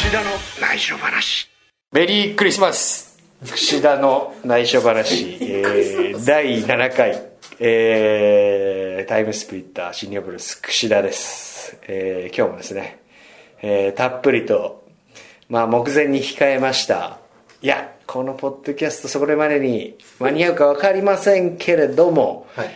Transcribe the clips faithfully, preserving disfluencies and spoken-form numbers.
串田の内緒話。 メリークリスマス。串田の内緒話、えー、だいななかい、えー、タイムスプリッター新日本プロレス串田です。えー、今日もですね、えー、たっぷりと、まあ、目前に控えました。いやこのポッドキャストそれまでに間に合うか分かりませんけれども、はい、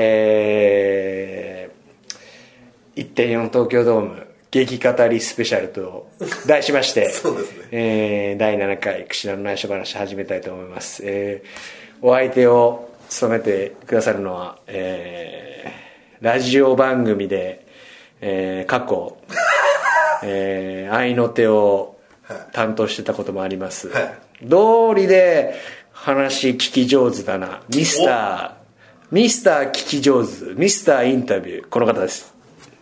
えー、いってんよん 東京ドーム激語りスペシャルと題しましてそうですね、 えー、だいななかい串田の内緒話始めたいと思います。えー、お相手を務めてくださるのは、えー、ラジオ番組で、えー、過去、えー、愛の手を担当してたこともあります、はい、道理で話聞き上手だなミスターミスター聞き上手ミスターインタビュー、この方です。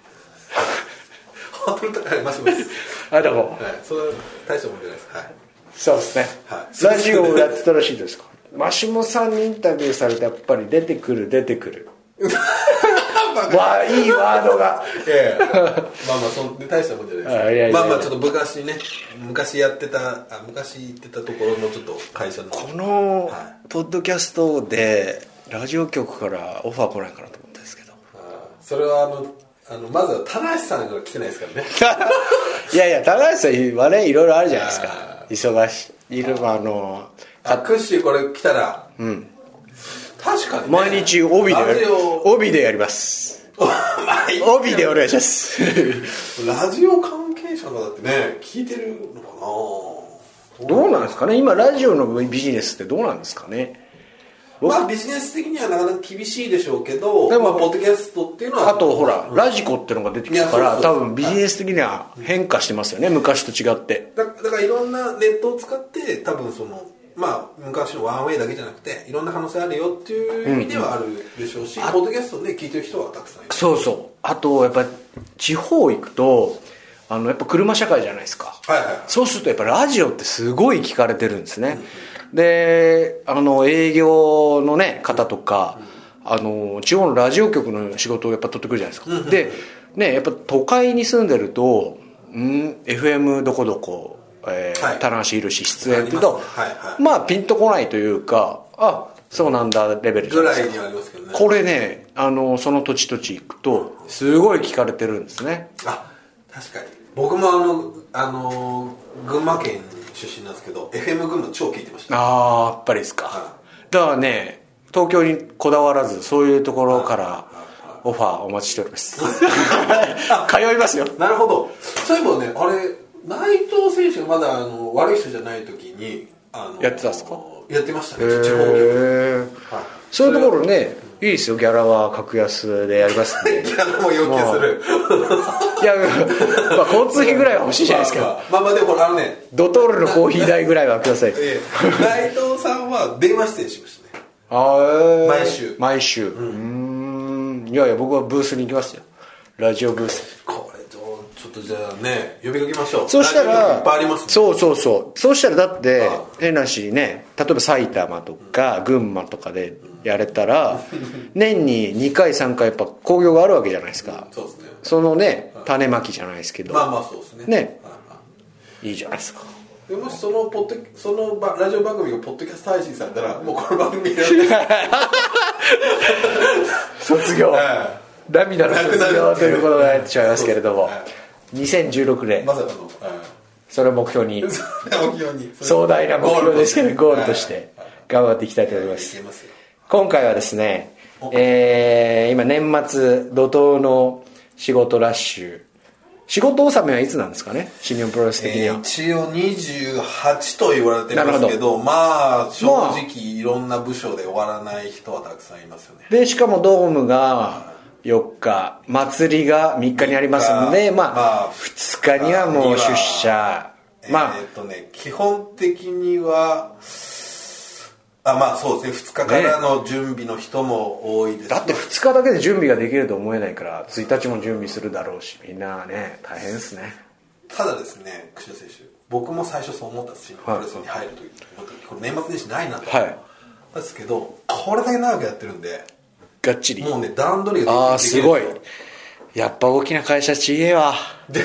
本当に高い、マシモです。 あ、どうも。 はい、それは大したもんじゃないです。はい。 そうですね。はい、ラジオをやってたらしいですか。マシモさんにインタビューされてやっぱり出てくる出てくる。わあ、いいワードが。 ええ、まあまあそん大したもんじゃないです。あ、いやいやいや、まあまあちょっと昔ね、昔やってたあ昔行ってたところのちょっと会社のこの、はい、ポッドキャストでラジオ局からオファー来ないかなと思ったんですけど。 あ、それはあの。あのまずは田無さんが来てないですからね。 いやいや、田無さんはね、いろいろあるじゃないですか。忙しいいるあのあクッシーこれ来たら、うん、確かに、ね、 毎日帯で帯でやります。帯でお願いします。 ラジオ関係者がだってね聞いてるのかな。 どうなんですかね、今ラジオのビジネスってどうなんですかね。 まあビジネス的にはなかなか厳しいでしょうけど、でも、まあ、ポッドキャストっていうのはあとほら、うん、ラジコっていうのが出てきたから多分ビジネス的には変化してますよね、はい、昔と違って。 だ, だからいろんなネットを使って多分そのまあ昔のワンウェイだけじゃなくていろんな可能性あるよっていう意味ではあるでしょうし、うんうん、ポッドキャストで聞いてる人はたくさんいる。 そうそう。あとやっぱ地方行くとあのやっぱ車社会じゃないですか、 はいはいはい、 そうするとやっぱラジオってすごい聞かれてるんですね、うんうん、であの営業の、ね、方とか、うん、あの地方のラジオ局の仕事をやっぱ取ってくるじゃないですか、うんうん、で、ね、やっぱ都会に住んでるとん エフエム どこどこ、えーはい、田無いるし出演っていうと、はいはい、まあピンとこないというか、あそうなんだレベルじゃないですか。 ぐらいにはありますけどね。 これねあのその土地土地行くとすごい聞かれてるんですね。 あ、確かに僕もあの、あの群馬県出身なんですけど エフエム 群馬超聞いてました。 ああやっぱりですか、はい、だからね東京にこだわらずそういうところからオファーお待ちしております。通いますよ。 なるほど。そういえばねあれ内藤選手がまだあの悪い人じゃない時にあのやってたんですか。やってましたね、地方局、 はい、そういうところねいいですよ。ギャラは格安でやりますんで。 ギャラも要求する。 いや、まあ、交通費ぐらいは欲しいじゃないですか。 まあまあでもほらあのねドトールのコーヒー代ぐらいはください。 えー、内藤さんは電話出演しましたね。 あー毎週毎週、うん、うーんいやいや僕はブースに行きますよ。ラジオブース。 これちょっとじゃあね呼びかけましょう。 そうしたらいっぱいありますね。 そうそうそうそうしたらだって変なしね、例えば埼玉とか群馬とかでやれたら年ににかいさんかいやっぱ興行があるわけじゃないですか、 うん、そうですね。 そのね種まきじゃないですけど、 まあまあそうですねね、はいはい、いいじゃないですか。 でもしそのポッドそのラジオ番組がポッドキャスト配信されたらもうこの番組やる卒業、はい、涙の卒業ということになってしまいますけれども、はい、にせんじゅうろくねんまさかの、はい、 それを目標に壮大な目標ですけどゴールとして頑張っていきたいと思います。今回はですね、えー、今年末怒涛の仕事ラッシュ、仕事納めはいつなんですかね、新日本プロレス的には。 えー、一応にじゅうはちと言われてますけど、まあ正直いろんな部署で終わらない人はたくさんいますよね。 でしかもドームがよっか、祭りがみっかにありますので、まあ、まあ、ふつかにはもう出社、 まあえー、っとね基本的にはあまあそうですね、ふつかからの準備の人も多いです、ね、 だってふつかだけで準備ができると思えないからついたちも準備するだろうし、みんなね大変ですね。 ただですね櫛田選手、僕も最初そう思ったし、プロレスに入るというこれ年末年始ないなと、はい、ですけどこれだけ長くやってるんでがっちりもうね段取りができる。 ああすごい、やっぱ大きな会社ちげえわ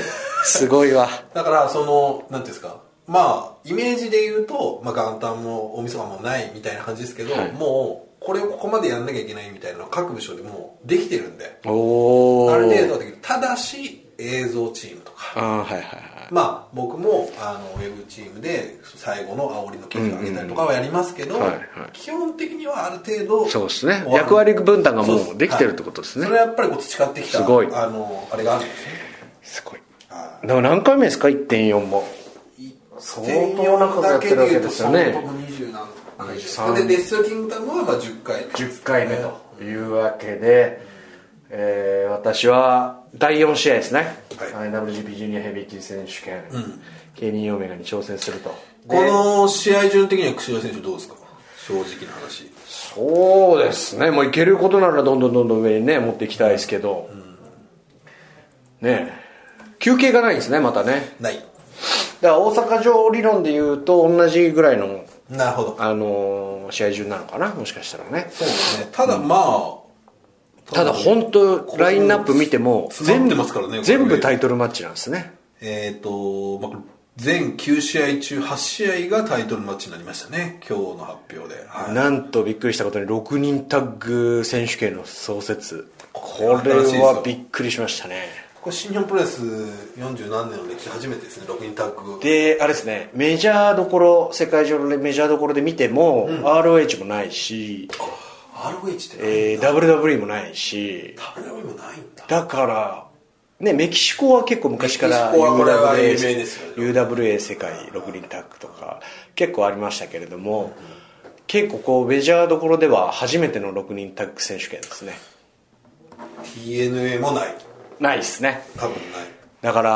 すごいわ。 だからそのなんていうんですか、まあイメージで言うと、まあ、元旦も大晦日もないみたいな感じですけど、はい、もうこれをここまでやんなきゃいけないみたいなの各部署でもうできてるんで、 おある程度はできる。ただし映像チームとか、 あ、はいはいはい、 まあ僕もあのウェブチームで最後の煽りの記事を上げたりとかはやりますけど、基本的にはある程度そうですね、役割分担がもうできてるってことですね。 それはやっぱりこう培ってきたすごいあのあれがあるんですね。 すごい。だから何回目ですか いってんよん も相当な数やってるわけですよね。 それでデストキングダムはまあじゅっかいめ、 じゅっかいめというわけで、えー、私はだいよん試合ですね、はい、アイダブリュージーピー ジュニアヘビー級選手権、うん、ケニー・オメガに挑戦すると。 この試合順的には櫛田選手どうですか、正直な話。 そうですね、もういけることならどんどんどんどん上にね持っていきたいですけど、うん、ねえ休憩がないんですね、またね。 ない。 だから大阪城理論でいうと同じぐらいの、 なるほど、 あのー、試合順なのかな、もしかしたらね。 そうですね。ただまあ、うん、 ただ本当ラインナップ見ても全部、 ね、 全部タイトルマッチなんですね。 えっ、ー、と、まあ、全きゅう試合中はち試合がタイトルマッチになりましたね、今日の発表で、はい、なんとびっくりしたことにろくにんタッグ選手権の創設、これはびっくりしましたね。 これ新日本プロレスよんじゅう何年の歴史初めてですね、ろくにんタッグで。あれですね、メジャーどころ、世界中のメジャーどころで見ても、うん、アールオーエイチ もないし、 アールオーエイチ ってないんだ、 えー、ダブリューダブリュー もないし、 ダブリューダブリュー もないんだ。 だからね、メキシコは結構昔から ユーダブリューエー ユーダブリューエー 世界ろくにんタッグとか結構ありましたけれども、うん、結構こうメジャーどころでは初めてのろくにんタッグ選手権ですね。 ティーエヌエー もないないですね、 多分ない。 だから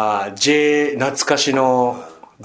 J 懐かしの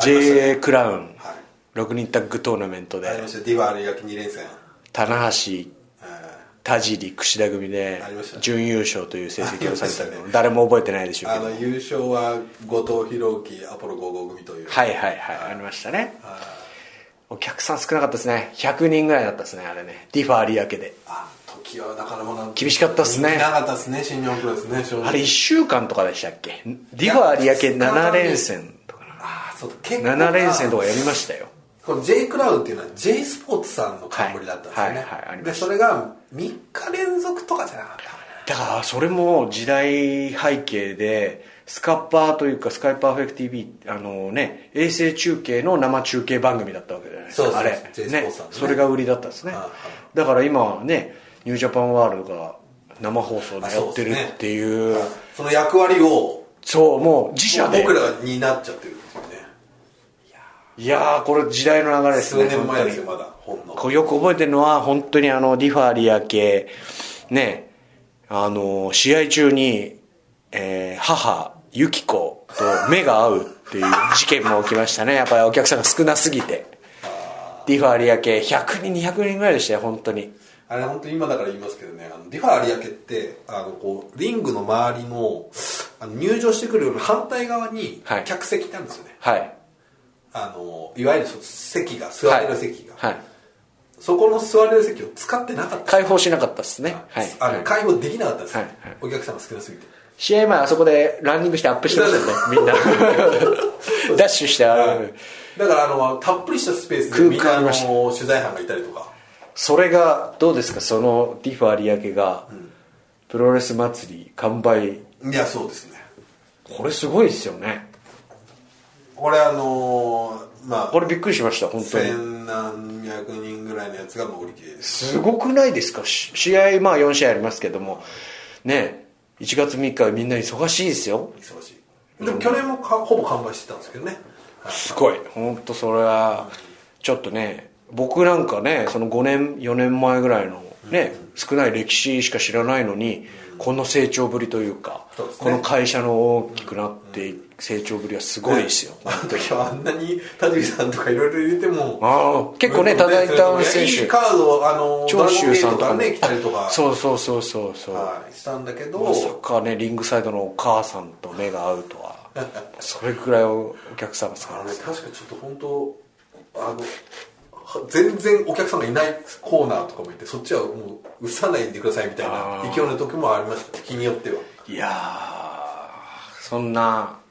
J クラウン、はい、ろくにんタッグトーナメントでありました。ディバール焼きに連戦、 棚橋田尻櫛田組で準優勝という成績をされたの、ね、誰も覚えてないでしょうけど、 あの優勝は後藤弘樹アポロごじゅうご組という、 はいはいはい、ありましたね。お客さん少なかったですね、ひゃくにんぐらいだったですね、あれね、ディファー有明で。 あ時はだからもう厳しかったですね。 なかったですね、新日本プロですね、正直。 あれいっしゅうかんとかでしたっけ、ディファー有明なな連戦とかな、 あそう結構なな連戦とかやりましたよ。 この J クラウンっていうのは J スポーツさんの冠だったんですよね、はいはいはい、でそれがみっか連続とかじゃなかったかな。だからそれも時代背景でスカッパーというかスカイパーフェク ティーブイ あのね衛星中継の生中継番組だったわけじゃないですか。 そうそう、 あれ J スポーツさん、ね、 それが売りだったんですね。ああ、だから今ねニュージャパンワールドが生放送でやってるっていう、 そ, ね、その役割をそうもう自社で僕らになっちゃってるっていうね。 いやーこれ時代の流れですね。 数年前ですよ、まだほんのこうよく覚えてるのは本当にあのディファー有明ね、あの試合中に、えー、母由紀子と目が合うっていう事件も起きましたね。やっぱりお客さんが少なすぎてディファー有明ひゃくにんにひゃくにんぐらいでしたよ本当に。 あれ本当に今だから言いますけどね、あのディファー有明ってあのこうリングの周りの、あの入場してくるような反対側に客席ってあるんですよね。 はい、 あのいわゆる席が座れる席が、 はいはい、 そこの座れる席を使ってなかった、 開放しなかったですね、はい、 あの開放できなかったんですよ、はいはい、お客さんが少なすぎて。 試合前あそこでランニングしてアップしてましたよねみんなダッシュして、はい、 だからあのたっぷりしたスペースでみんなあの取材班がいたりとか。 それがどうですか、そのディファー有明がプロレス祭り完売。いやそうですね、 これすごいですよね。 これあのー、まあこれびっくりしました本当に。 千何百人ぐらいのやつがもう売り切れです。 すごくないですか。試合まあよん試合ありますけどもね、いちがつみっかはみんな忙しいですよ。 忙しい。でも去年もかほぼ完売してたんですけどね。 すごい本当それはちょっとね、僕なんかねそのごねんよねんまえぐらいのね、うん、少ない歴史しか知らないのに、うん、この成長ぶりというか、ね、この会社の大きくなって成長ぶりはすごいですよ、ね、 あの時はあんなに田尻さんとかいろいろ入れても、 あ結構ねただいた選手カードあの長州さんとかね来たりとかそうそうそうそうそう、 はい、したんだけど、 まさかねリングサイドのお母さんと目が合うとはそれくらいお客さんが少ないです。 確かにちょっと本当あの全然お客さんがいないコーナーとかもいて、そっちはもう映さないでくださいみたいな勢いの時もありました、日によっては。 いやーそんな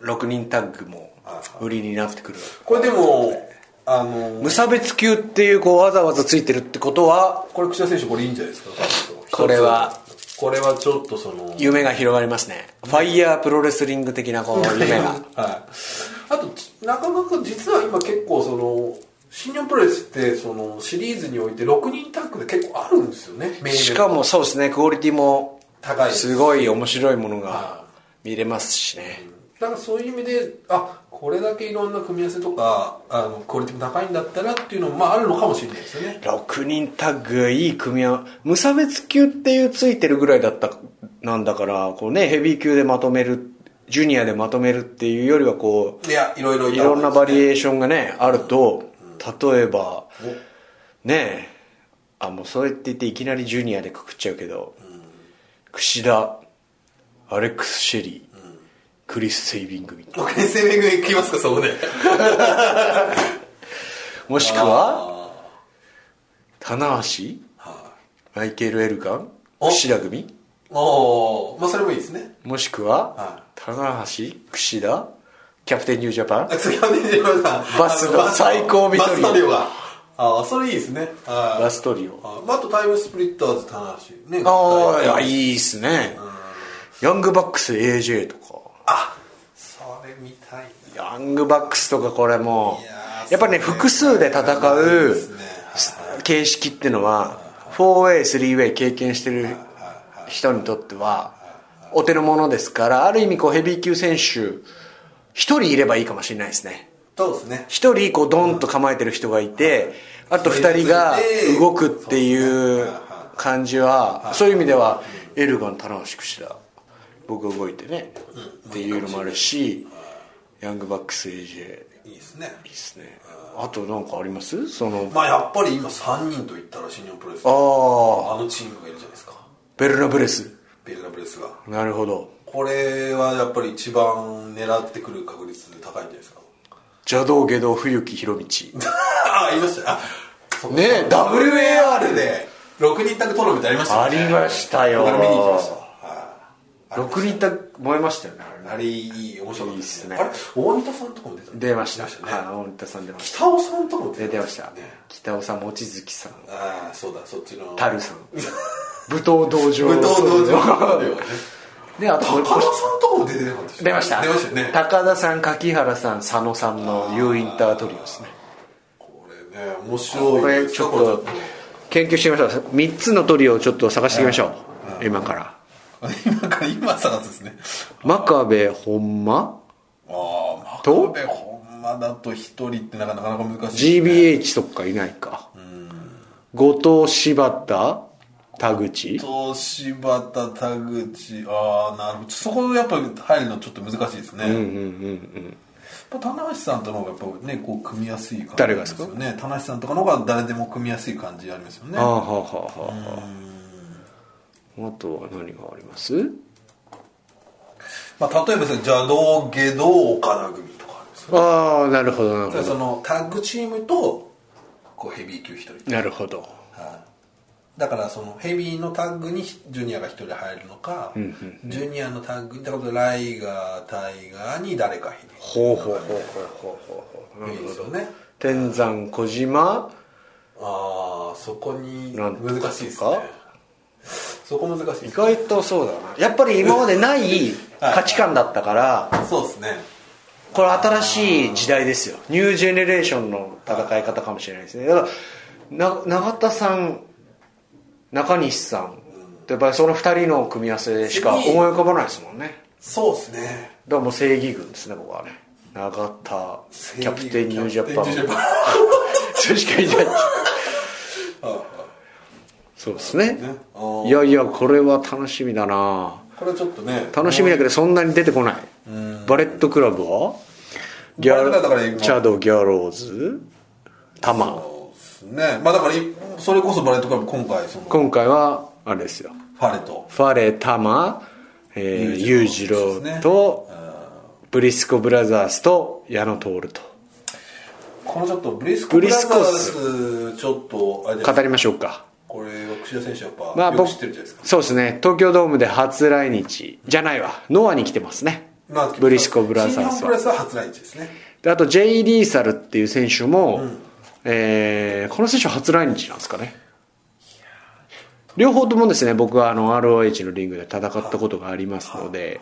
ろくにんタッグも売りになってくる。 これでもあの無差別級っていうこうわざわざついてるってことは、 これ櫛田選手これいいんじゃないですか。 これはこれはちょっとその夢が広がりますね。ファイヤープロレスリング的なこう夢が、 はい、あとなかなか実は今結構その新日本プロレスってそのシリーズにおいてろくにんタッグで結構あるんですよね。 しかもそうですね、クオリティも高い、 すごい面白いものが見れますしね。 だからそういう意味で、あ、これだけいろんな組み合わせとかあのクオリティも高いんだったらっていうのもまああるのかもしれないですよね。 ろくにんタッグいい組み合わせ、無差別級っていうついてるぐらいだったなんだから、こうね、ヘビー級でまとめる、ジュニアでまとめるっていうよりはこう、 いや、いろいろいろんなバリエーションがねあると、例えばねえ、あ、もうそうやって言っていきなりジュニアでくくっちゃうけど、櫛田、アレックス・シェリー、クリス・セイビングみたいな。 クリス・セイビング行きますか、そこで。 もしくは棚橋、マイケル・エルガン、櫛田組。 おお、まあそれもいいですね。 もしくは棚橋、櫛田、キャプテンニュージャパン、 キャプテンニュージャパン、 バスの最高ミトリオ、 バストリオが、ああ、それいいですね。 バストリオ、 あ, あとタイムスプリッターズ棚橋ね。 ああ、いいですね。ヤングバックス エージェー とか、 あ、それ見たい。 ヤングバックスとか、これもやっぱりね、複数で戦う形式っていうのは フォーウェイスリーウェイ経験してる人にとってはお手の物ですから、ある意味こうヘビー級選手一人いればいいかもしれないですね。 そうですね。 一人こうドンと構えてる人がいて、あと二人が動くっていう感じは、そういう意味ではエルガン、棚橋、櫛田、僕が動いてねっていうのもあるし、ヤングバックス エージェーいいですね。 いいですね。あと何かあります？そのまあやっぱり今さんにんといったら新日本プロレス、 ああのチームがいるじゃないですか。 ベルナブレス、 ベルナブレスが。 なるほど。 これはやっぱり一番狙ってくる確率高いんじゃないですか。 邪道下道冬木宏道ああ、言いました。あ、 ねえ、 ダブリューエーアールでろくにんタッグトーナメントありましたよね。 ありましたよ。 僕見に行きました。 ろくにんタッグ燃えましたよね。 あれいい、面白かったですね。 いいっすね。 あれ、大仁田さんとかも出た。 出ました。 ね、 はい、大仁田さん出ました。 北尾さんとかも出てました。北尾さん、望月さん、 ああ、そうだ、そっちのタルさん、武闘道場、 武闘道場で、あと高田さんとかも出てなかったです。 出ました。 出ましたよね。 高田さん、柿原さん、佐野さんの U インタートリオですね。 これね、面白い。 これちょっと研究してみましょう。みっつのトリオをちょっと探してみましょう。今から今から今探すですね。 真壁本間、 ああ、真壁本間だと一人ってなかなか難しいですね。 ジービーエイチ とかいないか。後藤柴田田口、 後藤柴田田口、ああ、なるほど。そこやっぱり入るのちょっと難しいですね。 うんうんうんうん。 棚橋さんとの方がやっぱね、こう組みやすい感じ誰がですか？ ね、棚橋さんとかの方が誰でも組みやすい感じありますよね。 ああ、はあはあはあ。あとは何があります？ まあ、例えばですね、邪道下道岡田組とかあるんですよね。 ああ、なるほどなるほど。 そのタッグチームとこうヘビー級一人。 なるほど。 はい、だからそのヘビーのタッグにジュニアが一人入るのか、うんうんうん、ジュニアのタッグに、例えばライガー、タイガーに誰か入る。 ほうほうほうほうほうほう。なるほど。いいですよね。天山小島。 ああ、そこに難しいですね。そこ難しいですね。 意外とそうだな。やっぱり今までない価値観だったから。 そうですね。 これ新しい時代ですよ。ニュージェネレーションの戦い方かもしれないですね。だからな永田さん、中西さん、やっぱりそのふたりの組み合わせしか思い浮かばないですもんね。 そうですね。 だからもう正義軍ですね、僕はね。永田キャプテンニュージャパンそれしかいないそうですね。いやいや、これは楽しみだな。 これちょっとね、 楽しみだけどそんなに出てこない。バレットクラブはギャチャド、ギャローズ、タマ。 そうですね。まあだからそれこそバレットクラブ今回その今回はあれですよ。 ファレとファレ、タマ、えー、裕次郎と、ね、ブリスコブラザーズと矢野徹と。 このちょっとブリスコブラザーズちょっとあれ語りましょうか。 これは櫛田選手やっぱ、まあ、よく知ってるじゃないですか。 そうですね。東京ドームで初来日じゃないわ、ノアに来てますね。 まあ、 ブリスコブラザーズは新日本プロレスは初来日ですね。 であと J リーサルっていう選手も、 うんえーこの選手は初来日なんですかね。両方ともですね、僕はあの アールオーエイチ のリングで戦ったことがありますので、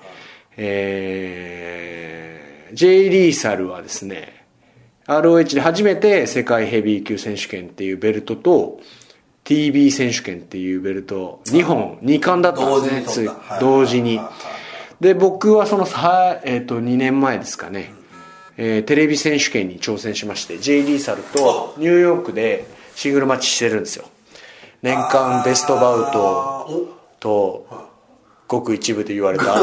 えー、J リーサルはですね アールオーエイチ で初めて世界ヘビー級選手権っていうベルトと ティービー 選手権っていうベルトにほんに冠だったんですね、同時に。で僕はそのさ、えー、とにねんまえですかね、えーテレビ選手権に挑戦しまして J リーサルとニューヨークでシングルマッチしてるんですよ。年間ベストバウトとごく一部で言われたあ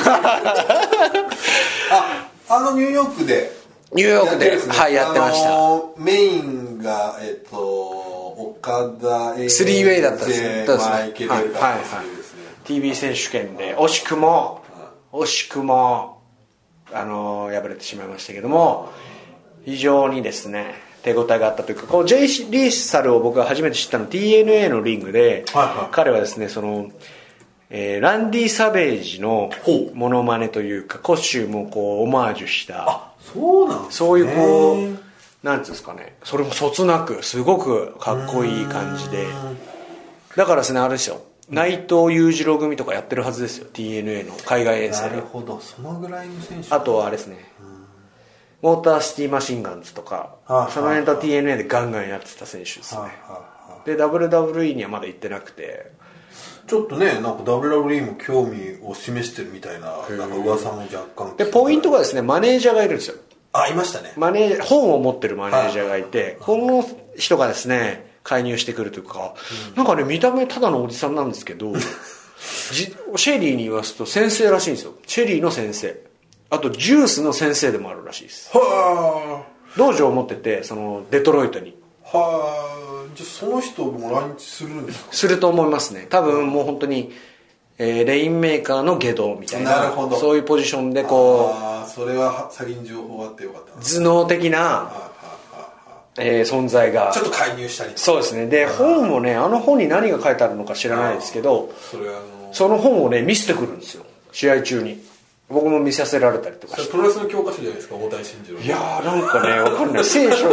あのニューヨークでニューヨークで、ね、はいやってました。 あのメインがえっと岡田 エースリーウェイだったんですね。 マイケル・エルガーですね。 ティービー 選手権で惜しくも惜しくもあの敗れてしまいましたけども、非常にですね手応えがあったというか、こう J リーサルを僕が初めて知ったの ティーエヌエー のリングで、はいはい、彼はですねその、えー、ランディ・サベージのモノマネというかコスチュームをこうオマージュした、 あ、そうなんですね、 そういうこうなんていうんですかね、それもそつなくすごくかっこいい感じで、だからですねあれですよ、内藤裕次郎組とかやってるはずですよ ティーエヌエー の海外遠征。 なるほど、そのぐらいの選手。 あとはあれですね、モーターシティマシンガンズとか、はあ、その辺と ティーエヌエー でガンガンやってた選手ですね、はあはあ、で ダブリューダブリューイー にはまだ行ってなくて、 ちょっとねなんか ダブリューダブリューイー も興味を示してるみたいな、なんか噂も若干でポイントがですね、マネージャーがいるんですよ。 あ、いましたね。 マネージャー、本を持ってるマネージャーがいて、はい、この人がですね介入してくるというか、うん、なんかね見た目ただのおじさんなんですけどシェリーに言わすと先生らしいんですよ。シェリーの先生、あとジュースの先生でもあるらしいです。はあ、道場を持ってて、そのデトロイトに。 はあ、じゃあその人も来日するんですか？ すると思いますね。多分もう本当に、えー、レインメーカーの下道みたいな、なるほど、そういうポジションでこう、 ああ、それは先に情報あってよかったな。 頭脳的な、はあはあはあ、えー、存在がちょっと介入したりとか。 そうですね。で本もね、あの本に何が書いてあるのか知らないですけど、 それはあのその本をね見せてくるんですよ、試合中に。僕も見させられたりとかして。 プロレスの教科書じゃないですか、大谷慎次郎。 いやーなんかね、わかんない、聖書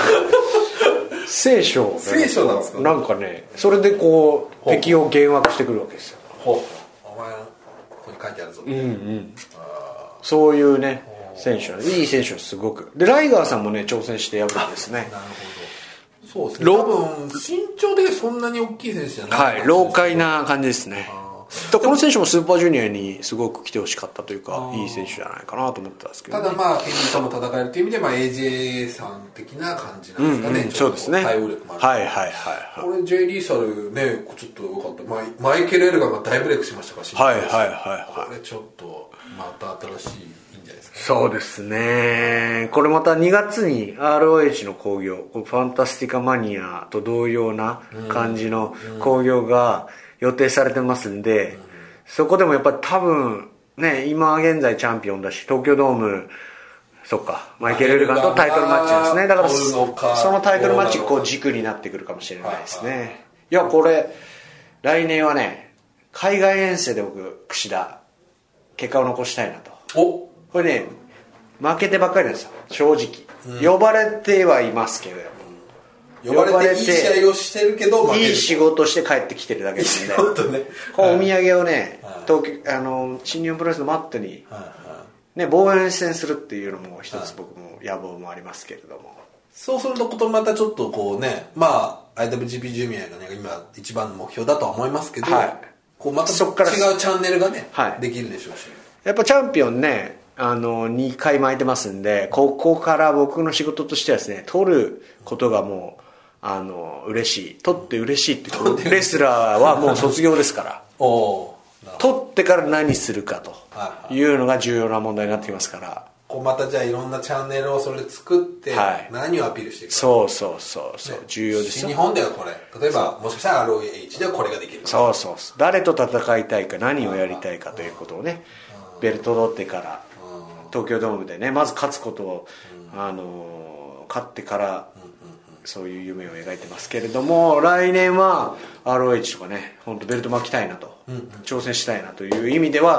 聖書、ね、 聖書なんですか、ね、 なんかね、それでこう敵を幻惑してくるわけですよ。 ほう、お前ここに書いてあるぞみたいな、うんうん、 そういうね選手、いい選手はすごく。でライガーさんもね挑戦してやるんですね。 なるほど、そうですね。多分身長でそんなに大きい選手じゃない、 はい、老快な感じですね。この選手もスーパージュニアにすごく来てほしかったというか、いい選手じゃないかなと思ってたんですけど、ね、 ただまあケニーとも戦えるという意味で、まあ、エージェー さん的な感じなんですかね、うんうん、 そうですね、 対応力もある。 はいはいはい、はい、 これ J リーサルねちょっとよかった。マイ、マイケル・エルガーが大ブレイクしましたから、 はいはいはいはい、 これちょっとまた新しいいいんじゃないですか、ね、 そうですね。これまたにがつに アールオーエイチ の興行、ファンタスティカマニアと同様な感じの興行が予定されてますんで、うんうん、そこでもやっぱり多分ね、今現在チャンピオンだし、東京ドーム、そっか、マイケル・エルガンとタイトルマッチですね。だからそのタイトルマッチこう軸になってくるかもしれないですね。いやこれ来年はね、海外遠征で僕櫛田結果を残したいなと。お、これね負けてばっかりなんですよ正直、うん、呼ばれてはいますけど、 呼ばれていい試合をしてるけど負ける、 いい仕事して帰ってきてるだけなんで、ね、こうお土産をね、はい、東京あの新日本プロレスのマットに、はいはい、ね、防衛戦するっていうのも一つ僕も野望もありますけれども、 そうするとことまたちょっとこうね、まあ アイダブリュージーピー ジュニアがね今一番の目標だとは思いますけど、はい、こうまたそっから違うチャンネルがね、はい、できるでしょうし、 やっぱチャンピオンねあのにかい巻いてますんで、ここから僕の仕事としてはですね、取ることがもうあの嬉しい、取って嬉しいっていうレスラーはもう卒業ですからお取ってから何するかというのが重要な問題になってきますから、 こうまたじゃあいろんなチャンネルをそれで作って何をアピールしていくか、 そうそうそうそう、ね、重要ですよ。 新日本ではこれ、例えばもしかしたら アールオーエイチ ではこれができる、 そうそうそう、誰と戦いたいか何をやりたいかということをね、ベルト取ってから東京ドームでねまず勝つことを、あの勝ってからそういう夢を描いてますけれども、来年は アールオーエイチ とかね本当ベルト巻きたいなと、うんうん、挑戦したいなという意味では、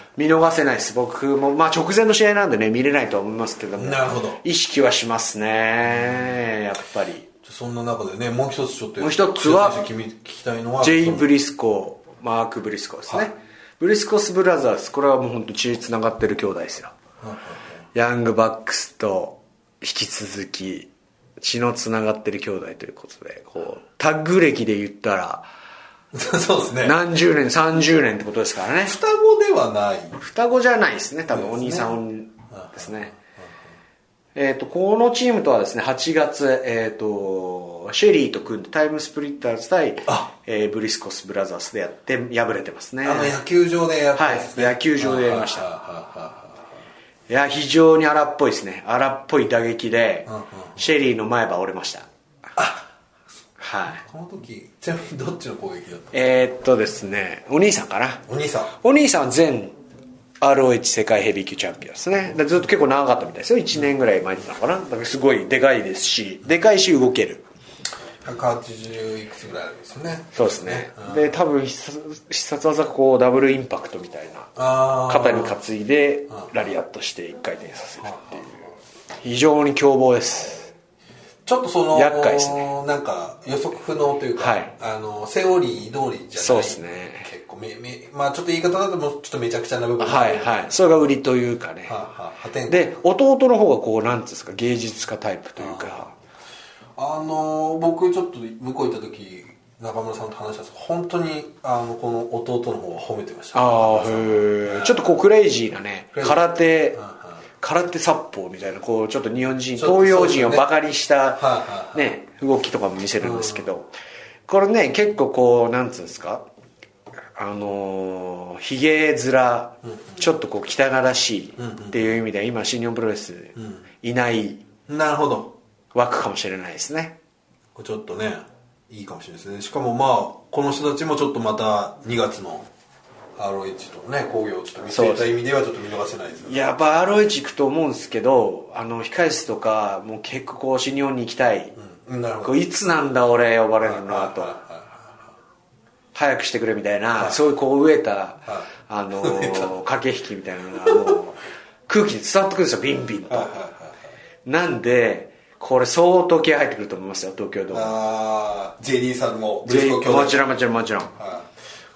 見逃せないです。僕も、まあ、直前の試合なんでね見れないとは思いますけども、 なるほど、 意識はしますね、やっぱり。 そんな中でね、もう一つちょっともう一つは聞きたいのはジェイ・ブリスコー、マーク・ブリスコーですね、はい、ブリスコスブラザーズ、これはもう本当血つながってる兄弟ですよ、はいはいはい、ヤングバックスと引き続き血のつながってる兄弟ということで、こうタッグ歴で言ったらそうですね、 何十年さんじゅうねんってことですからね。 双子ではない、 双子じゃないですね、多分お兄さんですね。えー、とこのチームとはですねはちがつ、えー、とシェリーと組んでタイムスプリッターズ対、えー、ブリスコスブラザーズでやって敗れてますね。 あの野球場でやったんですね。 はい、野球場でやりました。いや非常に荒っぽいですね。荒っぽい打撃でシェリーの前歯折れました。 あ、 はい、 この時ちなみにどっちの攻撃だった？ えー、っとですねお兄さんかな。 お兄さんお兄さんは全アールオーエイチ 世界ヘビー級チャンピオンですね。ずっと結構長かったみたいですよ。いちねんぐらい前になのかな。だからすごいでかいですし、でかいし動ける。 ひゃくはちじゅういくつぐらいあるんですよね。 そうですね、うん、で多分必殺技こうダブルインパクトみたいな、肩に担いでラリアットしていっかい転させるっていう、非常に凶暴です。 ちょっとその厄介ですね。 なんか予測不能というか、はい、あのセオリー通りじゃない。 そうですね。 結構めめまあちょっと言い方だともうちょっとめちゃくちゃな部分が、 はいはい、それが売りというかね。はあはあ、で弟の方がこうなんていうんですか、芸術家タイプというか。 あ, あの僕ちょっと向こう行った時中村さんと話したんですけど、本当にあのこの弟の方は褒めてました、ね。 ああへえ。ちょっとこうクレイジーなね空手。空手殺法みたいな、こうちょっと日本人東洋人をバカにしたね動きとかも見せるんですけど、これね結構こうなんつうんですか、あのひげ面ちょっとこう汚らしいっていう意味では今新日本プロレスいないなるほど枠かもしれないですね。 ちょっとねいいかもしれないですね。しかもまあこの人たちもちょっとまたにがつのアールオーエイチ とね興行をちょっと見据えた意味ではちょっと見逃せないですよね。 やっぱ アールオーエイチ 行くと思うんですけど、あの控室とかもう結構こう新日本に行きたい、うん、なるほど。こういつなんだ俺呼ばれるのはと早くしてくれみたいな、はい、そういうこう飢えた、はい、あのー、駆け引きみたいなのがもう空気に伝わってくるんですよ、ビンビンと、はいはいはい、なんでこれ相当気合入ってくると思いますよ、東京ドーム。 ああ ジェイディー さんもブリスコ兄弟もちろんもちろんもちろん、はい、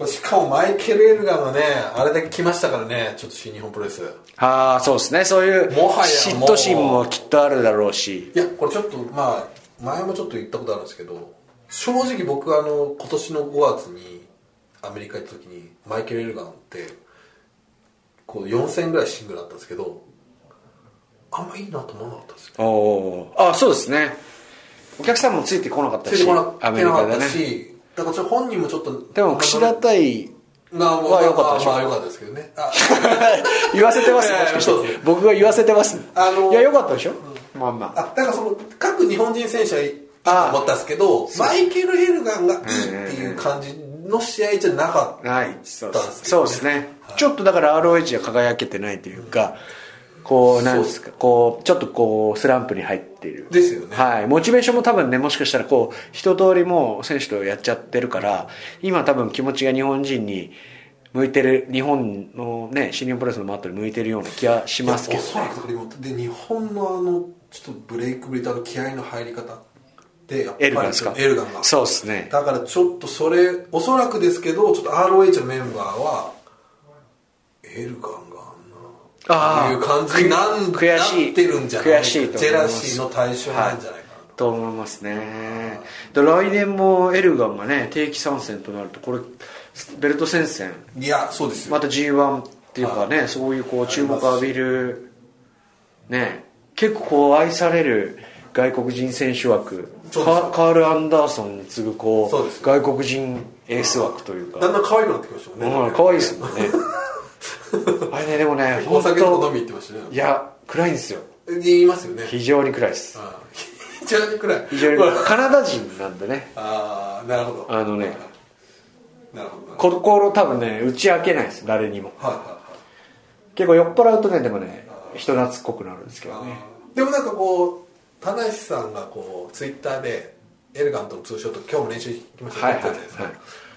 しかもマイケル・エルガンがねあれだけ来ましたからね、ちょっと新日本プロレス。 ああそうですね、そういう嫉妬心もきっとあるだろうし。 いやこれちょっとまあ前もちょっと言ったことあるんですけど、正直僕あの今年のごがつにアメリカ行った時にマイケル・エルガンってこうよんせんぐらいシングルだったんですけど、あんまいいなと思わなかったんですよ。 おあそうですね、お客さんもついてこなかったし、 ついてこなアメリカでね。 だから本人もちょっとでも櫛田対は良かったでしょ。 まあ良かったですけどね。 言わせてますもしかして僕が言わせてます、あのー、いや良かったでしょ、うん、まあまあ。 あだからその各日本人選手はいいと思ったんですけど、マイケル・エルガンがいいっていう感じの試合じゃなかったんですけど、ね、 そうですね、はい、ちょっとだから アールオーエイチ が輝けてないというか、こうなんですか、こうちょっとこうスランプに入っているですよね。 はい、モチベーションも多分ね、もしかしたらこう一通りもう選手とやっちゃってるから、今多分気持ちが日本人に向いてる、日本のね新日本プロレスのマットに向いてるような気がしますけどね。 おそらくで日本のあのちょっとブレイクブリとあの気合の入り方でやっぱりエルガンですか。 エルガンがそうですね。 だからちょっとそれおそらくですけど、ちょっと アールオーエイチ のメンバーはエルガンがあいう感じになん悔しいなってるんじゃないか、 悔しいとジェラシーの対象なんじゃないかな、 はい、と思いますね。で来年もエルガンがね定期参戦となると、これベルト戦線、 いやそうですよ、 また ジーワン っていうかね、はい、そういうこう注目を浴びるね、結構こう愛される外国人選手枠、カール・アンダーソンに次ぐこう、う外国人エース枠というか、 だんだん可愛くなってきましたもんね。 可愛いですもんねあれね、でもね、 お酒とか飲み行ってましたね。 いや暗いんですよ。 言いますよね。 非常に暗いです。 あ非常に暗い。 非常に暗い。カナダ人なんでね。 ああなるほど。 あのね、 なるほど。 心多分ね打ち明けないです、誰にも。 はいはいはい。 結構酔っ払うとね、でもね人懐っこくなるんですけどね。 でもなんかこう田無さんがこうツイッターでエルガンとのツーショット今日も練習行きましたって言ったじゃないですか。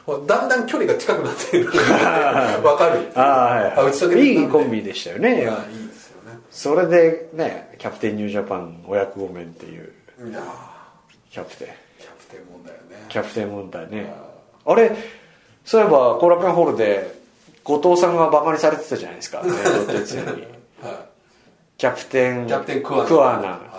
だんだん距離が近くなっているわかる。 あ、はいあ、打ち解けていいコンビでしたよね。 いいですよね。 それでね、キャプテンニュージャパン親子ごめんっていういやキャプテンキャプテン問題よね。 キャプテン問題ね。あれそういえば後楽園ホールで後藤さんがバカにされてたじゃないですか、ね、哲也に、はい、キャプテンキャプテンクワナクワナ、はい、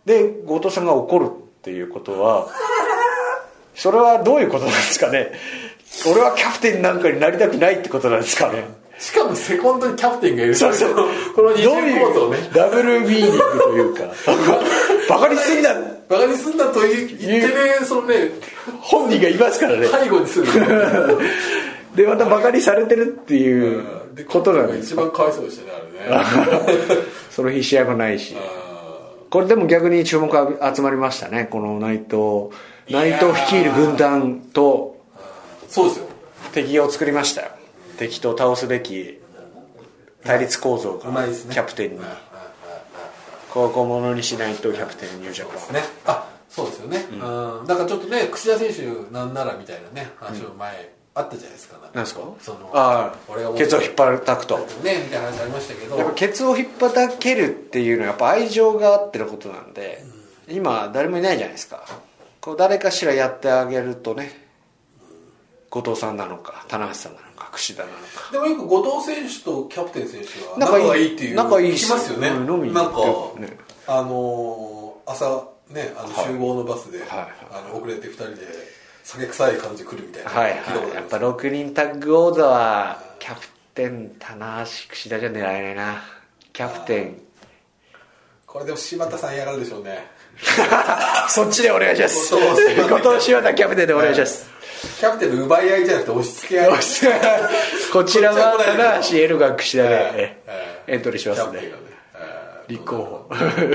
で後藤さんが怒るっていうことはそれはどういうことなんですかね。俺はキャプテンなんかになりたくないってことなんですかね。 しかもセコンドにキャプテンがいる。 そうそう、 この二重構造ね、 ダブルミーニングというかバカにすんだバカにすんだと言ってね、そのね本人がいますからね、 背後にするでまたバカにされてるっていうことなんですか。 一番かわいそうでしたねあれねその日試合もないし、これでも逆に注目が集まりましたね、この内藤内藤率いる軍団とそうですよ、 敵を作りましたよ。敵と倒すべき対立構造がキャプテンに、ここをものにしないとキャプテンニュージャパンね。あ、そうですよね、うん、だからちょっとね櫛田選手なんならみたいなね話も前あったじゃないですか。 なんですか、 そのああ、ケツを引っ張たくとねみたいな話ありましたけど、 やっぱケツを引っ張たけるっていうのはやっぱ愛情があってのことなんで、うん、今誰もいないじゃないですか。こう誰かしらやってあげるとね、後藤さんなのか棚橋さんなのか櫛田なのか。 でもよく後藤選手とキャプテン選手は仲がいいっていう仲いい聞きますよね。 飲みになんか、 ね、 あのー、朝ねあの集合のバスで、はいはい、あの遅れてふたりで酒臭い感じで来るみたいな、 はいはい、やっぱろくにんタッグ王座はキャプテン棚橋櫛田じゃ狙えないな。キャプテンこれでも柴田さんやられるでしょうねそっちでお願いします。後藤柴田キャプテンでお願いします。 キャプテンの奪い合いじゃなくて押し付け合いこちらは棚橋エルガン櫛田でエントリーしますね、立候補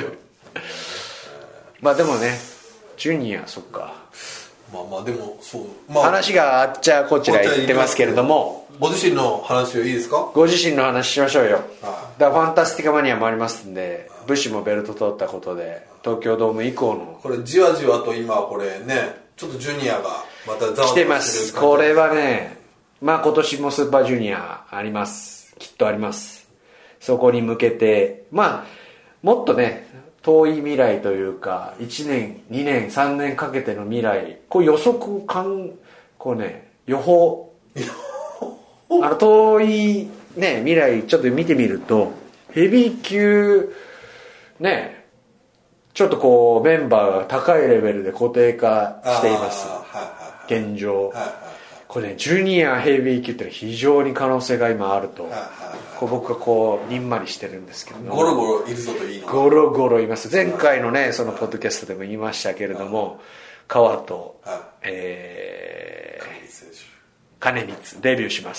まあでもねジュニアそっか、 まあまあでもそう、まあ、 話があっちゃこちら言ってますけれども、 ご自身の話はいいですか。 ご自身の話しましょうよ。だファンタスティカマニアもありますんで、ブッシュもベルト取ったことで東京ドーム以降のこれじわじわと今これねちょっとジュニアがまたざわ来てます。これはね、まあ今年もスーパージュニアあります、きっとあります。そこに向けてまあもっとね遠い未来というかいちねんにねんさんねんかけての未来、こう予測感、こうね予報あの遠いね未来ちょっと見てみるとヘビー級ねちょっとこうメンバーが高いレベルで固定化しています、現状。これねジュニアヘビー級って非常に可能性が今あると、こう僕はこうにんまりしてるんですけど、 ゴロゴロいるぞといいのゴロゴロいます。前回のねそのポッドキャストでも言いましたけれども、川と、えー、金光デビューします。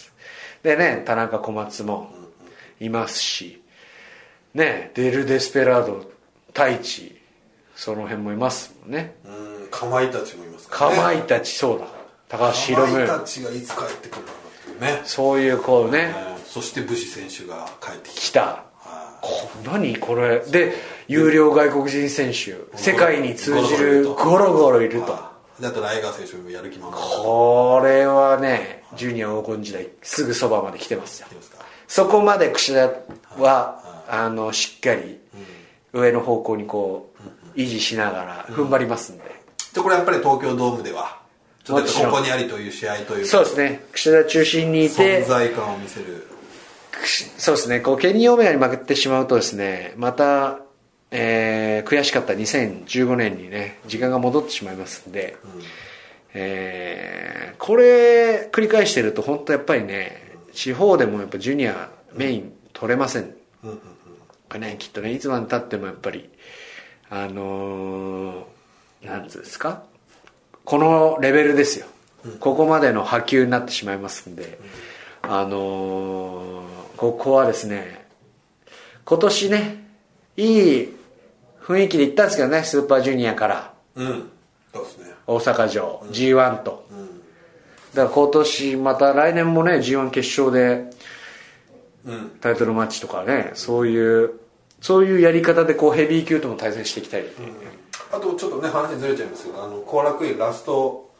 でね田中小松もいますしね、デル・デスペラード太一その辺もいますもんね。 うん、かまいたちもいますからね。 かまいたち、そうだ、高橋宏夢、 かまいたちがいつ帰ってくるのかっていうね、 そういうこうね、 うん、そして武士選手が帰ってきた。こ何これで有料外国人選手世界に通じるゴロゴロいると。 だとライガー選手もやる気満々。 これはねジュニア黄金時代すぐそばまで来てますよ。そこまで櫛田はあのしっかり上の方向にこう維持しながら踏ん張りますんで、 でこれやっぱり東京ドームではちょっとここにありという試合というか、 そうですね、櫛田中心にいて存在感を見せる。 そうですね、こうケニー・オメガに負けてしまうとですね、また、えー、悔しかったにせんじゅうごねんにね時間が戻ってしまいますんで、うん、えー、これ繰り返してると本当やっぱりね地方でもやっぱジュニアメイン取れません、うんうんうん、ね、きっとねいつまでたってもやっぱりあのー、なんつうんですか、このレベルですよ、うん、ここまでの波及になってしまいますんで、うん、あのー、ここはですね今年ねいい雰囲気で行ったんですけどね、スーパージュニアから、 うん、そうですね、 大阪城、うん、ジーワン と、うん、だから今年また来年もね ジーワン 決勝で、うん、タイトルマッチとかね、そういうそういうやり方でこうヘビー級とも対戦していきたい、うん、 あとちょっとね話ずれちゃいますけど、あの後楽園ラスト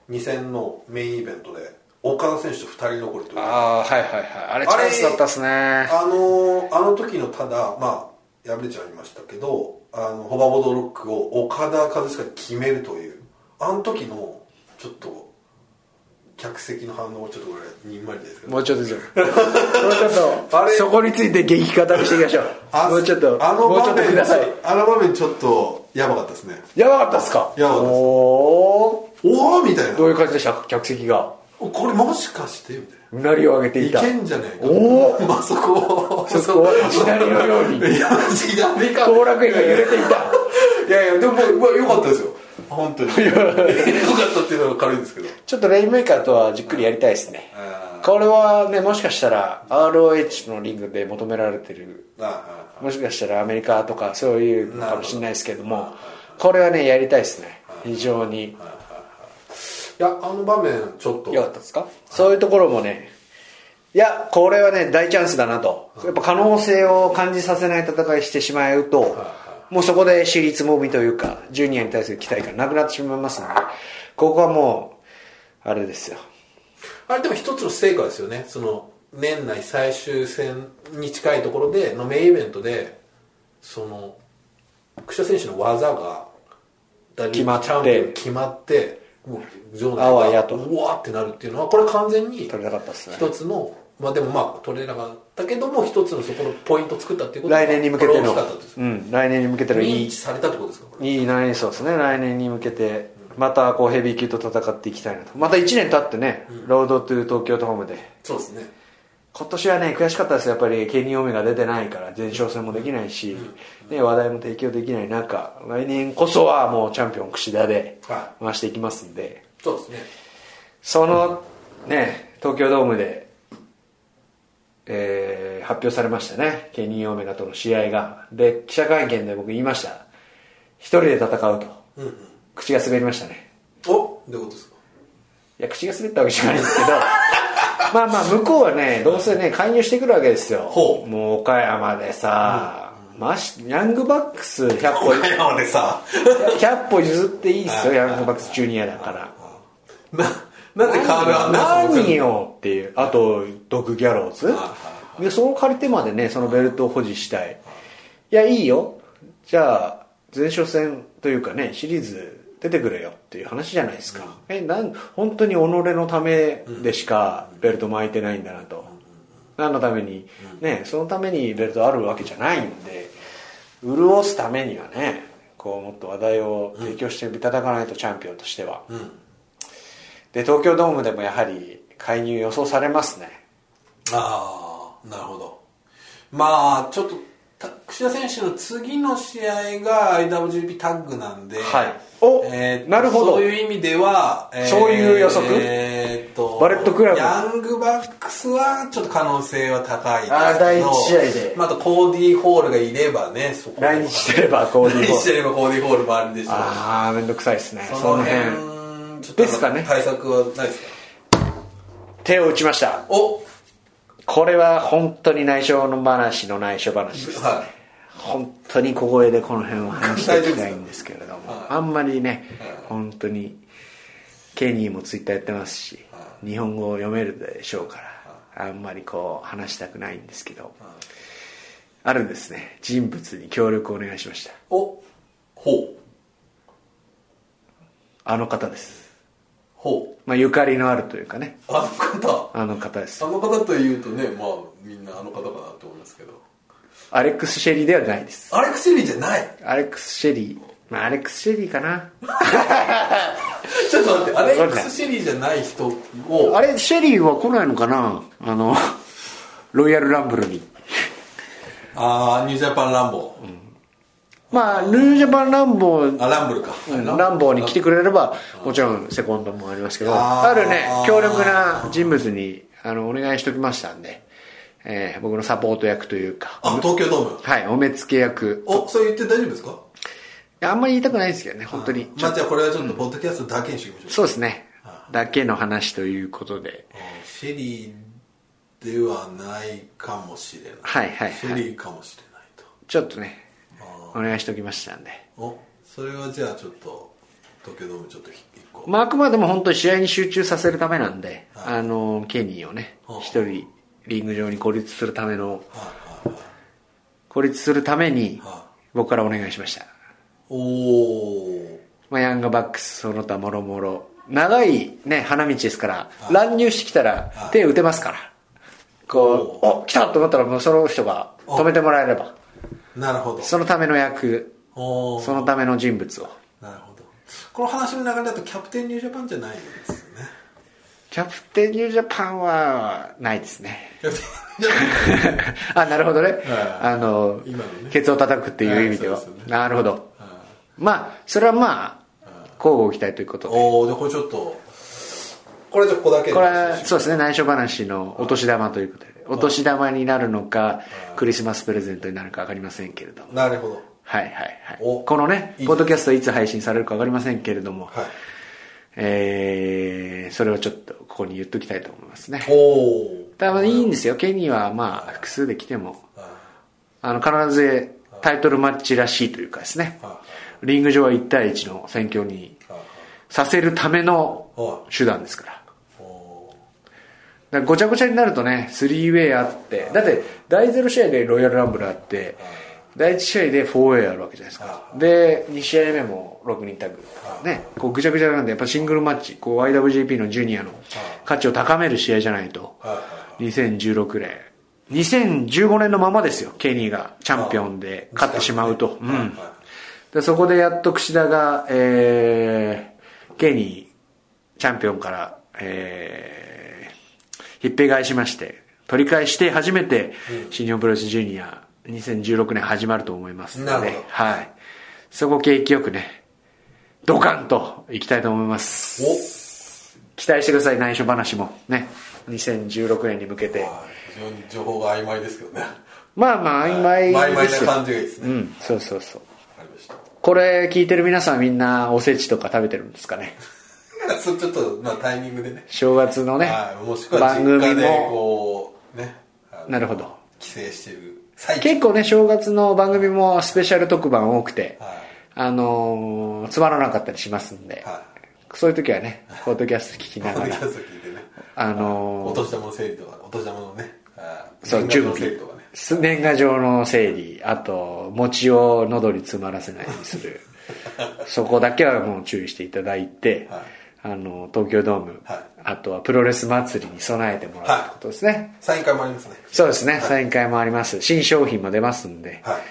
に戦のメインイベントで岡田選手とふたり残りという。 ああはいはいはい、あれチャンスだったっすね。 あのあの時のただまあ敗れちゃいましたけど、あのホバーボードロックを岡田和親が決めるという、あの時のちょっと客席の反応をちょっとこれにんまりですけど、 もうちょっともうちょっとあれそこについて激語りしていきましょう。もうちょっとあのもうちょっとください。 あの場面ちょっとやばかったですね。 やばかったっすか。 やばかったです。おおみたいな。 どういう感じでした、客席が。 これもしかしてみたいな。 うなりを上げていた。 いけんじゃねえか。 おお、 まあそこそこは地鳴りのように。 いや地鳴りか。 後楽園が揺れていた。 いやいやでもまあ良かったですよ。本当に。良かったっていうのは軽いんですけど。 ちょっとレインメーカーとはじっくりやりたいですね。これはね、もしかしたら アールオーエイチ のリングで求められてる。もしかしたらアメリカとかそういうのかもしれないですけども、これはねやりたいですね。非常に。いやあの場面ちょっと良かったですか。そういうところもね、いやこれはね大チャンスだなと、やっぱ可能性を感じさせない戦いしてしまうと、もうそこで私立もみというかジュニアに対する期待感なくなってしまいますので、ここはもうあれですよ。 あれでも一つの成果ですよね。その年内最終戦に近いところでのメインイベントでその櫛田選手の技が決まってチャンピオン決まってもう場内がうわーってなるっていうのはこれ完全に取れなかったですね。 一つのまあでもまあ取れなかったけども一つのそこのポイントを作ったっていうことが来年に向けての、 うん、 来年に向けてのいい認知されたってことですか。これいい来年、そうですね、来年に向けてまたこうヘビー級と戦っていきたいなと。またいちねん経ってね、うん、ロードトゥ東京ドームで。 そうですね。 今年はね悔しかったですよ。やっぱりケニー・オメガ出てないから前哨戦もできないし、うんうん、ね、話題も提供できない中、来年こそはもうチャンピオン櫛田で回していきますんで、はい、 そうですね。 そのね東京ドームで、えー、発表されましたね、ケニー・オメガとの試合が。で記者会見で僕言いました、一人で戦うと、うんうん、口が滑りましたね。 お、どういうことですか。 いや口が滑ったわけじゃないんですけどまあまあ向こうはねどうせね介入してくるわけですよ。もう岡山でさ、うん、ましヤングバックスひゃっぽ岡山でさひゃっぽ譲っていいっすよヤングバックスジュニアだから。 ななんでカールアンダーソン何よっていう、あとドク・ギャローズでその借り手までねそのベルトを保持したい。いやいいよ、じゃあ前哨戦というかねシリーズ出てくれよっていう話じゃないですか、うん、えなん本当に己のためでしかベルト巻いてないんだなと、何のためにね、そのためにベルトあるわけじゃないんで、潤すためにはねこうもっと話題を提供していただかないと、チャンピオンとしては、うん、で東京ドームでもやはり介入予想されますね。 ああなるほど。まあちょっと櫛田選手の次の試合が アイダブリュージーピー タッグなんで、 はい、お、 えー、 なるほど、 そういう意味では、 えー、そういう予測、 えー、とバレットクラブヤングバックスはちょっと可能性は高いですけど、 あ第一試合で、 まあ、あとコーディー・ホールがいればね、そこ来日してればコーディー・ホール来日してればコーディー・ホールもあるんでしょう。 ああめんどくさいですね。 その辺ちょっとですかね、 対策はないですか。 手を打ちました。お、これは本当に内緒の話の内緒話です、はい、本当に小声でこの辺を話していきたいんですけれども、はい、あんまりね、はい、本当にケニーもツイッターやってますし、はい、日本語を読めるでしょうから、はい、あんまりこう話したくないんですけど、はい、あるですね人物に協力をお願いしました。 お、ほう、 あの方です。 ほう、 まあ、ゆかりのあるというかね、 あの方あの方です。 あの方というとね、まあみんなあの方かなと思いますけど、 アレックス・シェリーではないです。 アレックス・シェリーじゃない。 アレックス・シェリー、まあアレックス・シェリーかなちょっと待って、アレックス・シェリーじゃない人を、 あれシェリーは来ないのかな、あのロイヤルランブルに。 ああニュージャパンランボー、うん、 まあニュージャパンランボー、 あランブルか、 うん、ランボーに来てくれればもちろんセコンドもありますけど、あ, あるね強力な人物にあのお願いしときましたんで、えー、僕のサポート役というか、 あ東京ドーム、 はい、お目付け役。 お、そう言って大丈夫ですか。いやあんまり言いたくないですけどね本当に。 まあじゃあこれはちょっとポッドキャストだけにしておきましょう、うん、 そうですね、だけの話ということで、 シェリーではないかもしれない、 はいはいはい、 シェリーかもしれないとちょっとねお願いしておきましたんで、 お、それはじゃあちょっと東京ドームちょっと一個、 まあ、あくまでも本当に試合に集中させるためなんで、 はい、 あのケニーをねはあ、 一人リング上に孤立するための、 はあはあ、 孤立するために、 はあ、 僕からお願いしました。 おお、 まあ、ヤングバックスその他もろもろ長いね花道ですから、 はあ、 乱入してきたら手打てますから、こうお来たと思ったらもうその人が止めてもらえれば、 なるほど、 そのための役、 おそのための人物を。 なるほど。この話の流れだとキャプテンニュージャパンじゃないんですよね。 キャプテンニュージャパンはないですね。 キャプテンニュージャパンあ、なるほどね、 はい、 あの今のねケツを叩くっていう意味では、 はいそうですよね、 なるほど、まあそれはまあ交互期待ということで、 おお、じゃあこれちょっとこれじゃここだけこれはそうですね、内緒話のお年玉ということで、お年玉になるのかクリスマスプレゼントになるか分かりませんけれども、 なるほど、 はいはいはい、 おこのねいいポッドキャストいつ配信されるか分かりませんけれども、 はい、 えー、それをちょっとここに言っときたいと思いますね。 おお、 多分いいんですよ、ケニーはまあ複数で来てもあの必ずタイトルマッチらしいというかですね、リング上はいち対いちの戦況にさせるための手段ですから、だからごちゃごちゃになるとね、スリーウェイあって、だってだいゼロ試合でロイヤルランブルあって、だいいち試合でフォーウェイあるわけじゃないですか。でに試合目もろくにんタッグね、こうぐちゃぐちゃなんで、やっぱシングルマッチ、こう アイダブリュージーピー のジュニアの価値を高める試合じゃないと、にせんじゅうろくねんにせんじゅうごねんのままですよ、ケニーがチャンピオンで勝ってしまうと、うん、でそこでやっと櫛田が、えー、ケニーチャンピオンから、えー、ひっぺ返しまして、取り返して初めて新日本プロレスジュニアにせんじゅうろくねん始まると思いますので、はい、そこ景気よくねドカンといきたいと思います。お期待してください、内緒話もね、にせんじゅうろくねんに向けて。 非常に情報が曖昧ですけどね。 まあまあ曖昧ですよ、 曖昧な感じがいいですね。 うん、そうそうそう。 ありました。 これ聞いてる皆さんみんなおせちとか食べてるんですかね。 そちょっとまあタイミングでね、 正月のね、 はい、もしくは実家でこうね、 なるほど、 帰省してる結構ね正月の番組もスペシャル特番多くて、 はい、 あのー、つまらなかったりしますんで、はい、そういう時はねポッドキャスト聞きながら、 ポッドキャスト聞いてね、 あのー、 お年玉の整理とか、お年玉のね、 そう準備、ね、年賀状の整理、あと餅を喉に詰まらせないようにするそこだけはもう注意していただいて、はい、あの東京ドーム、はい、あとはプロレス祭りに備えてもらうってことですね、はい、 サイン会もありますね。 そうですね、はい、サイン会もあります。新商品も出ますんで、はい、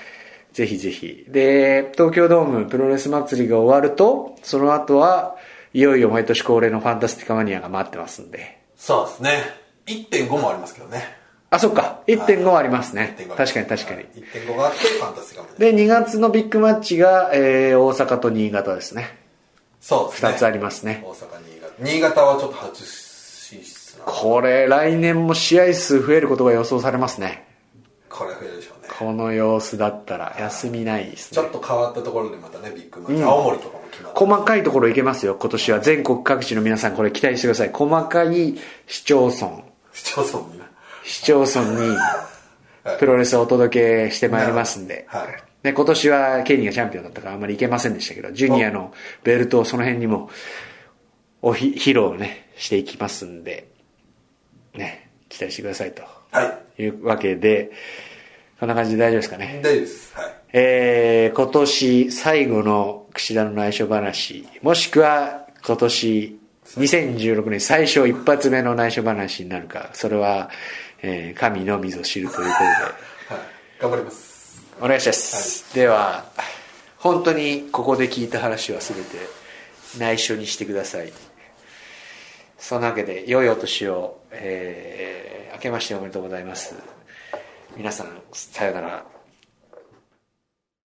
ぜひぜひ。で東京ドームプロレス祭りが終わると、その後はいよいよ毎年恒例のファンタスティカマニアが待ってますんで。 そうですね、 いってんご もありますけどね。 あ、そっか、 いってんご ありますね、はい、確かに確かに、はい、 いってんご があってファンタスティカマニアでにがつのビッグマッチが、えー、大阪と新潟ですね。 そうですね、 ふたつありますね。 大阪、新潟。新潟はちょっと初進出な。 これ来年も試合数増えることが予想されますね。 これ増えるでしょうね、 この様子だったら休みないですね。 ちょっと変わったところでまたねビッグマッチ、うん、青森とかも決まって、 細かいところいけますよ今年は。全国各地の皆さんこれ期待してください。細かい市町村市町村にな市町村にプロレスをお届けしてまいりますんで、はい、で今年はケニーがチャンピオンだったからあんまりいけませんでしたけど、ジュニアのベルトをその辺にもおひ披露をねしていきますんでね、期待してくださいと、はい、いうわけで、こんな感じで大丈夫ですかね。 大丈夫です、はい、 えー、今年最後の櫛田の内緒話、もしくは今年にせんじゅうろくねん最初一発目の内緒話になるか、それは、えー、神のみぞ知るということで、はい、 頑張ります、 お願いします、はい、では本当にここで聞いた話は全て内緒にしてください。そんなわけで良いお年を、えー、明けましておめでとうございます。皆さんさよなら。